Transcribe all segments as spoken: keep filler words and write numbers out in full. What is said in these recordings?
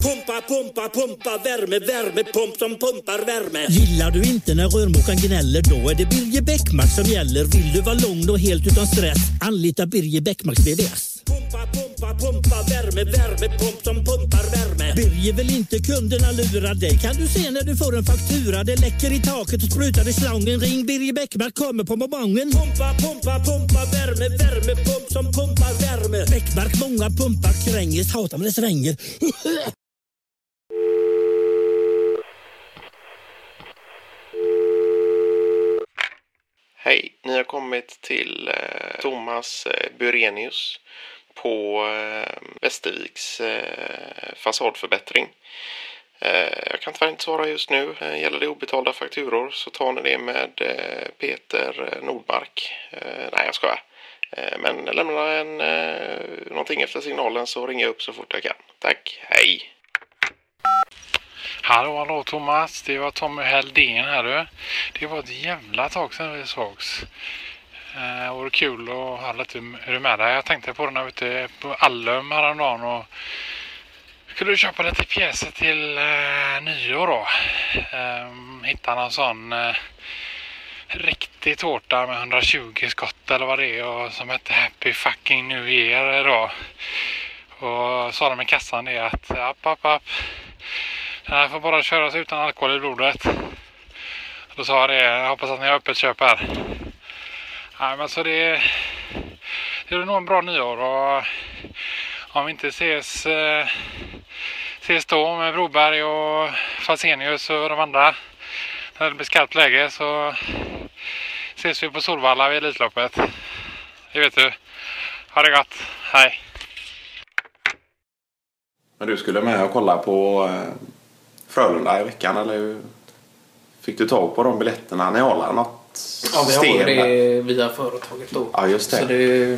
Pumpa, pumpa, pumpa, värme, värme, pump som pumpar värme. Gillar du inte när rörmokaren gnäller, då är det Birger Bäckmark som gäller. Vill du vara lugn och helt utan stress, anlita Birger Bäckmarks B V S. Pumpa, pumpa, pumpa, värme, värme, pump som pumpar värme. Birger vill inte kunderna lura dig, kan du se när du får en faktura. Det läcker i taket och sprutar i slangen. Ring Birger Bäckmark, kommer på mobangen. Pumpa, pumpa, pumpa, värme, värme, pump som pumpar värme. Bäckmark, många pumpar, Kränges, hatar men det svänger. Hej, ni har kommit till eh, Thomas eh, Burenius på eh, Västerviks eh, fasadförbättring. Eh, jag kan tyvärr inte svara just nu. Eh, gäller det obetalda fakturor så tar ni det med eh, Peter Nordmark. Eh, nej, jag skojar. Eh, men lämna en, eh, någonting efter signalen så ringer jag upp så fort jag kan. Tack, hej! Hallå, hallå Thomas, det var Tommy Heldén här du. Det var ett jävla tag sedan vi sågs. Eh, det var kul att ha lite hur med dig. Jag tänkte på den här ute på Allum häromdagen och skulle du köpa lite pjäser till eh, nyår då. Eh, hitta någon sån eh, riktig tårta med hundratjugo skott eller vad det är och som heter Happy fucking New Year då. Och sa de i kassan det att app, app, app. Den här får bara köras utan alkohol i blodet. Då sa jag det, jag hoppas att ni har öppet köp här. Nej, men så det, det är nog en bra nyår och om vi inte ses, eh, ses då med Broberg och Falsenius och de andra när det blir skarpt läge så ses vi på Solvalla vid Elitloppet. Det vet du. Ha det gott. Hej. Men du skulle med och kolla på eh, Frölunda i veckan eller hur? Fick du tag på de biljetterna? Ni har något Ja, vi har sten det via företaget då. Ja, just det. Så det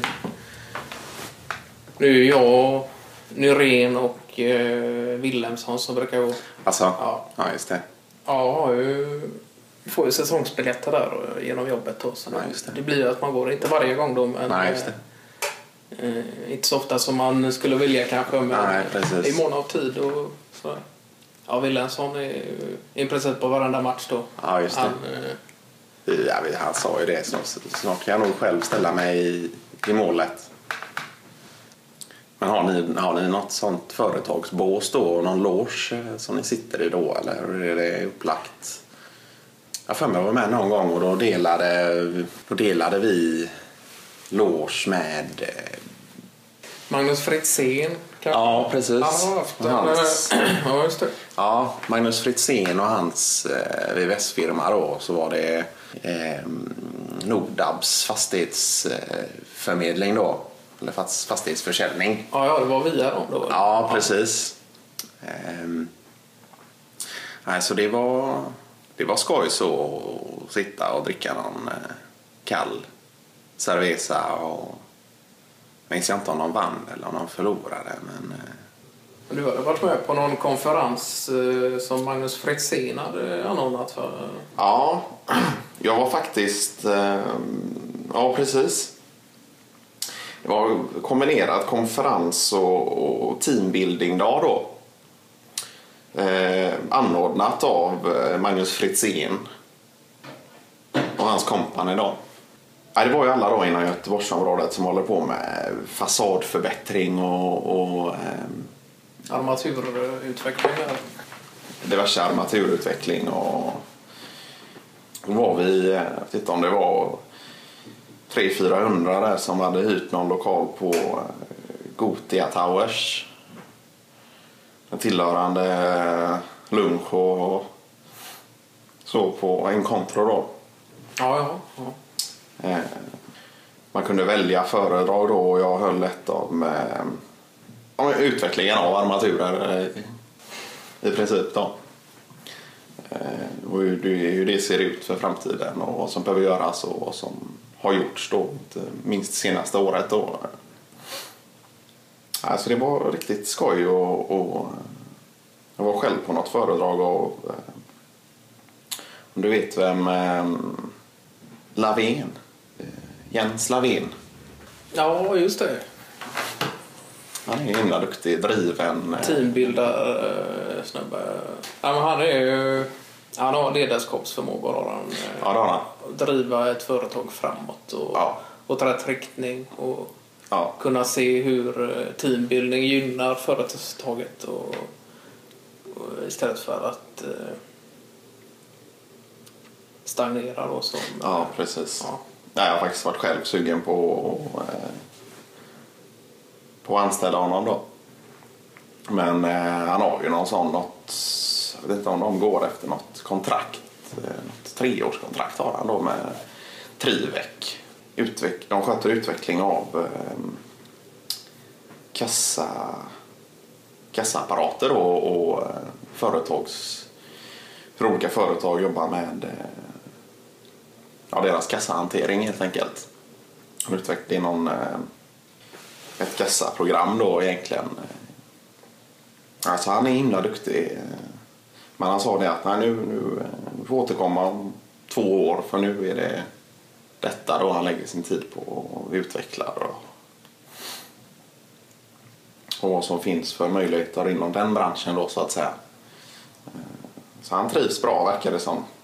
nu är jag, Nyrén och eh, Wilhelmsson som brukar gå. Alltså, ja, ja just det. Ja, jag har ju får ju säsongsbiljetter där och, genom jobbet då. Så ja, det. det blir ju att man går inte varje gång då. Men, Nej, just det. Eh, inte så ofta som man skulle vilja kanske. Men Nej, precis. i mån av tid och så. Ja, Wilhelmsson är i princip på varenda match då. Ja, just det. Han, eh, ja, han sa ju det. Så snart kan jag nog själv ställa mig i, i målet. Men har ni, har ni något sånt företagsbås då? Någon loge som ni sitter i då? Eller hur är det upplagt? Jag för mig var med någon gång och då delade, då delade vi loge med Magnus Fritzén kanske? Ja, precis. Ja, hans, ja, just det. Ja, Magnus Fritzén och hans eh, V V S-firma då, så var det eh, Nordabs fastighetsförmedling eh, då, eller fastighetsförsäljning. Ja, ja, det var via dem då. Ja, precis. Ja. Eh, nej, så det var det var skoj så att sitta och dricka någon eh, kall cerveza och jag minns inte om någon vann eller om någon förlorade, men eh, Du har varit med på någon konferens eh, som Magnus Fritzén hade anordnat för. Ja, jag var faktiskt eh, ja, precis. Det var kombinerat konferens och, och teambuilding dag då. Eh, anordnat av Magnus Fritzén och hans kompani då. Ja, det var ju alla då inom Göteborgsområdet som håller på med fasadförbättring och, och eh, armaturutveckling där. Diverse armaturutveckling och då var vi, jag vet inte om det var tre till fyrahundra där som hade hyrt någon lokal på Gotia Towers. En tillhörande lunch och så på Encontro då. Ja, ja, ja. Man kunde välja föredrag då och jag höll ett av med om utvecklingen av armaturer i princip då. Och hur det ser ut för framtiden och vad som behöver göras och vad som har gjorts då minst senaste året då. Alltså det var riktigt skoj och, och jag var själv på något föredrag och om du vet vem Lavén Jens Lavén. Ja, just det. Han är ju himla duktig, driven. Teambildar eh, snubbe. Ja, men han är ju... Han har ledarskapsförmåga och han, Ja, det har han. driva ett företag framåt och, Ja. och ta rätt riktning och Ja. kunna se hur teambildning gynnar företaget och, och istället för att eh, stagnera då som... Ja, precis. Ja. Ja, jag har faktiskt varit själv sugen på eh, på att anställa honom då. Men eh, han har ju någon sån något, jag vet inte om de går efter något kontrakt, eh, något treårskontrakt har han då med Trivec. Utveck, de sköter utveckling av eh, kassa kassaapparater och, och eh, företags för olika företag jobbar med eh, ja, deras kassahantering helt enkelt. De utvecklar någon eh, ett kassaprogram då egentligen. Alltså han är himla duktig. Men han sa det att nej, nu, nu, nu får återkomma om två år för nu är det detta då han lägger sin tid på och utvecklar och, och vad som finns för möjligheter inom den branschen då så att säga. Så han trivs bra verkar det som.